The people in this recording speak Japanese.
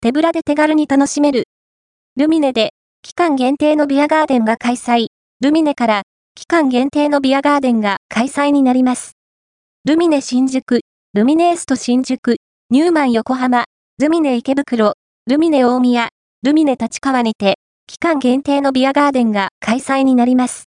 手ぶらで手軽に楽しめる。ルミネで、期間限定のビアガーデンが開催。ルミネから、期間限定のビアガーデンが開催になります。ルミネ新宿、ルミネエスト新宿、ニューマン横浜、ルミネ池袋、ルミネ大宮、ルミネ立川にて、期間限定のビアガーデンが開催になります。